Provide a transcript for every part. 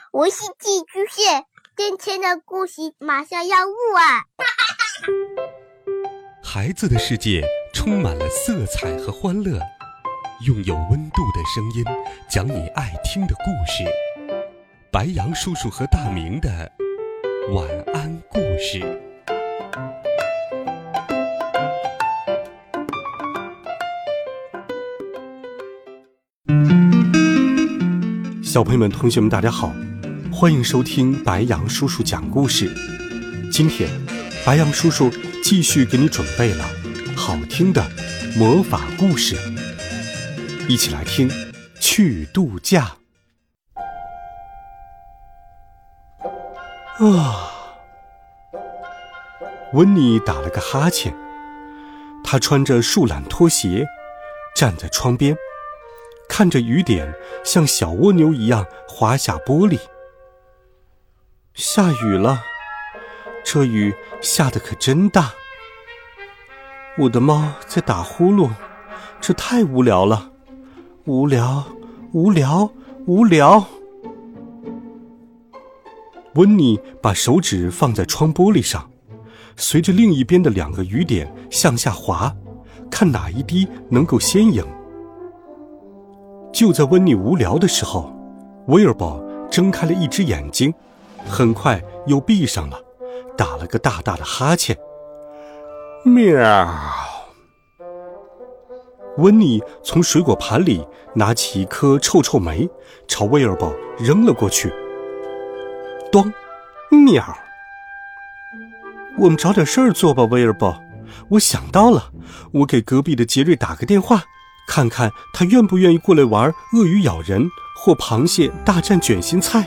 我是寄居蟹，今天的故事马上要录啊！ 孩子的世界充满了色彩和欢乐，用有温度的声音讲你爱听的故事。白羊叔叔和大明的晚安故事。 小朋友们、同学们，大家好，欢迎收听白羊叔叔讲故事。今天，白羊叔叔继续给你准备了好听的魔法故事，一起来听《去度假》。温妮打了个哈欠，她穿着树懒拖鞋，站在窗边，看着雨点像小蜗牛一样滑下玻璃。下雨了，这雨下得可真大。我的猫在打呼噜，这太无聊了，无聊。温妮把手指放在窗玻璃上，随着另一边的2个雨点向下滑，看哪一滴能够先赢。就在温妮无聊的时候，威尔伯睁开了一只眼睛，很快又闭上了，打了个大大的哈欠。喵！温妮从水果盘里拿起一颗臭臭莓，朝威尔伯扔了过去。咚！喵！我们找点事儿做吧，威尔伯。我想到了，我给隔壁的杰瑞打个电话，看看他愿不愿意过来玩鳄鱼咬人或螃蟹大战卷心菜。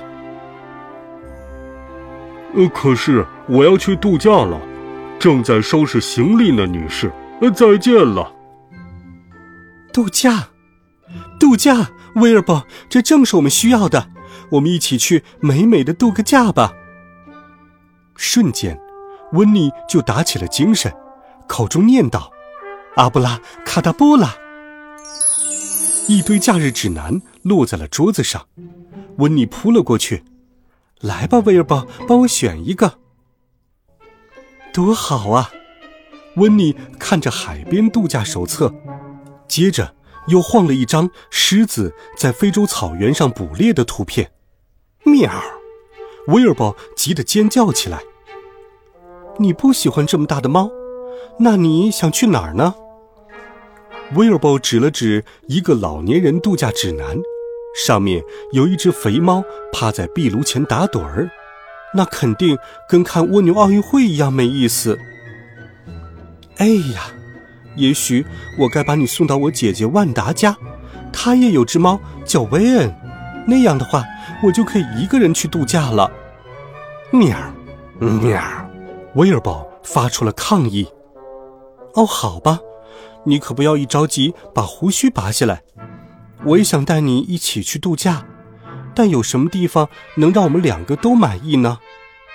可是我要去度假了，正在收拾行李呢，女士。再见了。 度假，威尔伯，这正是我们需要的。我们一起去美美的度个假吧。瞬间，温妮就打起了精神，口中念道：阿布拉卡达波拉。一堆假日指南落在了桌子上，温妮扑了过去。来吧，威尔伯，帮我选一个。多好啊！温妮看着海边度假手册，接着又晃了一张狮子在非洲草原上捕猎的图片。喵！威尔伯急得尖叫起来。你不喜欢这么大的猫？那你想去哪儿呢？威尔伯指了指一个老年人度假指南，上面有一只肥猫趴在壁炉前打盹儿，那肯定跟看蜗牛奥运会一样没意思。哎呀，也许我该把你送到我姐姐万达家，她也有只猫叫薇恩，那样的话我就可以一个人去度假了。喵！威尔伯发出了抗议。哦，好吧，你可不要一着急把胡须拔下来。我也想带你一起去度假，但有什么地方能让我们2个都满意呢？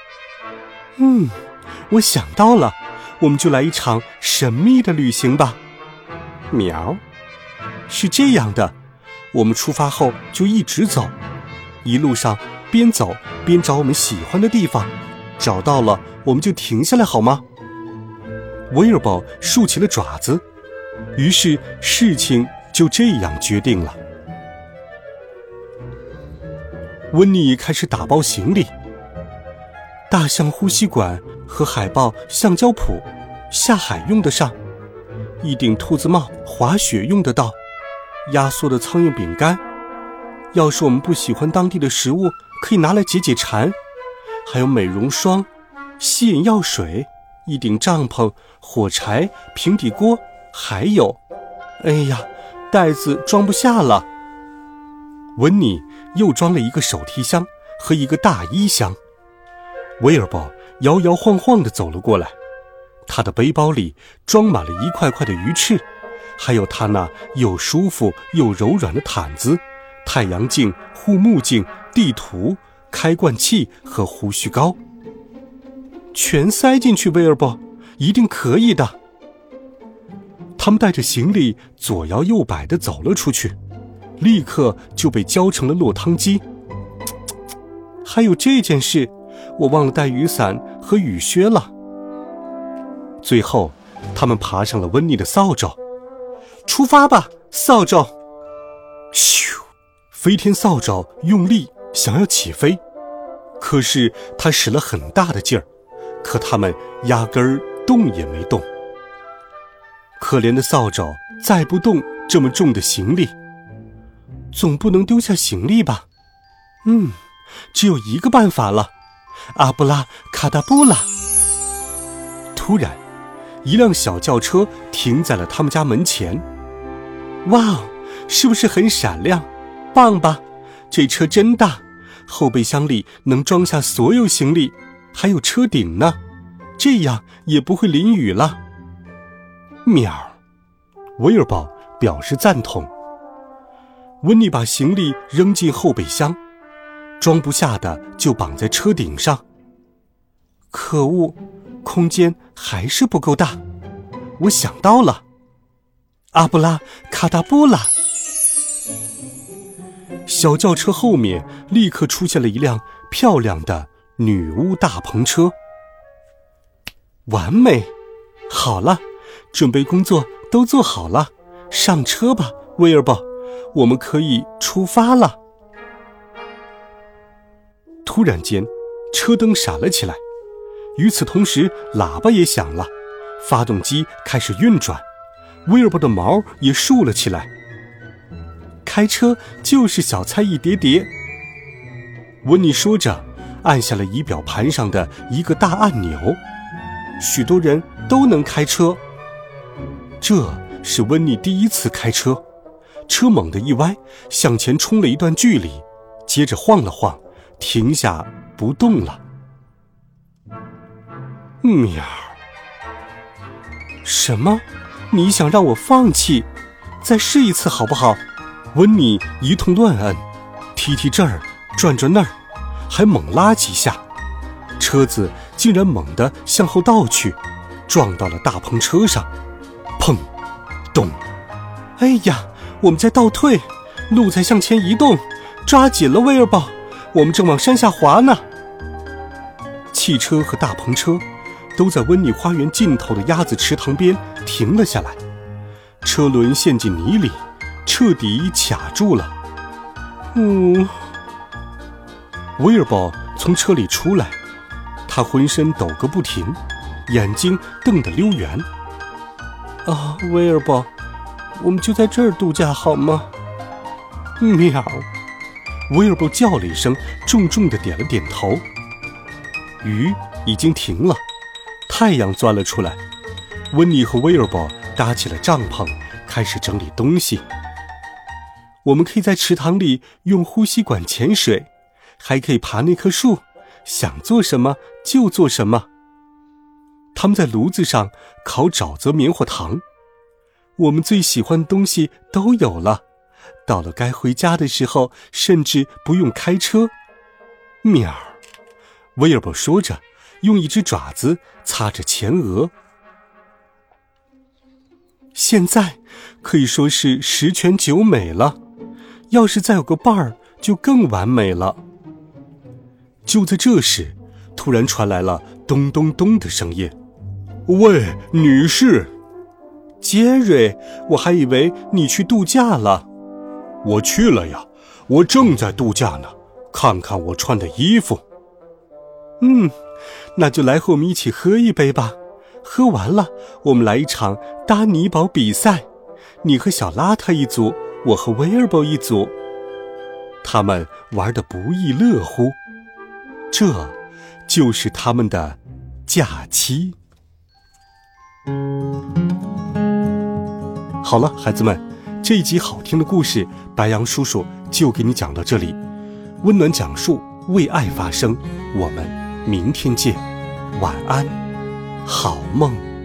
我想到了，我们就来一场神秘的旅行吧。喵！是这样的，我们出发后就一直走，一路上边走边找我们喜欢的地方，找到了我们就停下来好吗？威尔伯竖起了爪子，于是事情就这样决定了。温妮开始打包行李，大象呼吸管和海豹橡胶谱下海用得上，一顶兔子帽滑雪用得到，压缩的苍蝇饼干，要是我们不喜欢当地的食物，可以拿来解解馋，还有美容霜、吸引药水、一顶帐篷、火柴、平底锅，还有，哎呀，袋子装不下了。温妮又装了一个手提箱和一个大衣箱。威尔伯摇摇晃晃地走了过来，他的背包里装满了一块块的鱼翅，还有他那又舒服又柔软的毯子、太阳镜、护目镜、地图、开罐器和胡须膏。全塞进去，威尔伯，一定可以的。他们带着行李左摇右摆地走了出去，立刻就被浇成了落汤鸡。 还有这件事，我忘了带雨伞和雨靴了。最后，他们爬上了温妮的扫帚。出发吧，扫帚！咻！飞天扫帚用力想要起飞，可是他使了很大的劲儿，可他们压根儿动也没动。可怜的扫帚载不动这么重的行李，总不能丢下行李吧？只有一个办法了，阿布拉卡达布拉！突然，一辆小轿车停在了他们家门前。哇，是不是很闪亮？棒吧，这车真大，后备箱里能装下所有行李，还有车顶呢，这样也不会淋雨了。喵！威尔堡表示赞同。温妮把行李扔进后备箱，装不下的就绑在车顶上。可恶，空间还是不够大。我想到了，阿布拉卡达布拉！小轿车后面立刻出现了一辆漂亮的女巫大篷车。完美！好了，准备工作都做好了，上车吧，威尔堡，我们可以出发了。突然间，车灯闪了起来，与此同时，喇叭也响了，发动机开始运转，威尔堡的毛也竖了起来。开车就是小菜一碟碟。温妮说着，按下了仪表盘上的一个大按钮。许多人都能开车。这是温妮第一次开车，车猛地一歪，向前冲了一段距离，接着晃了晃，停下不动了。喵！什么？你想让我放弃？再试一次好不好？温妮一通乱按，踢踢这儿，转转那儿，还猛拉几下，车子竟然猛地向后倒去，撞到了大篷车上，砰，咚！哎呀，我们在倒退，路在向前移动，抓紧了，威尔堡，我们正往山下滑呢。汽车和大篷车都在温妮花园尽头的鸭子池塘边停了下来，车轮陷进泥里，彻底卡住了。威尔堡从车里出来，他浑身抖个不停，眼睛瞪得溜圆。威尔堡，我们就在这儿度假好吗？喵！威尔堡叫了一声，重重地点了点头。雨已经停了，太阳钻了出来。温妮和威尔堡搭起了帐篷，开始整理东西。我们可以在池塘里用呼吸管潜水，还可以爬那棵树，想做什么就做什么。他们在炉子上烤沼泽棉花糖，我们最喜欢的东西都有了。到了该回家的时候，甚至不用开车。喵！威尔堡说着，用一只爪子擦着前额。现在可以说是十全九美了，要是再有个伴儿，就更完美了。就在这时，突然传来了咚咚咚的声音。 喂，女士！ 杰瑞，我还以为你去度假了。 我去了呀，我正在度假呢，看看我穿的衣服。 那就来和我们一起喝一杯吧。喝完了，我们来一场搭泥堡比赛，你和小邋遢一组，我和威尔堡一组。他们玩得不亦乐乎，这就是他们的假期。好了，孩子们，这一集好听的故事，白羊叔叔就给你讲到这里。温暖讲述，为爱发声，我们明天见，晚安，好梦。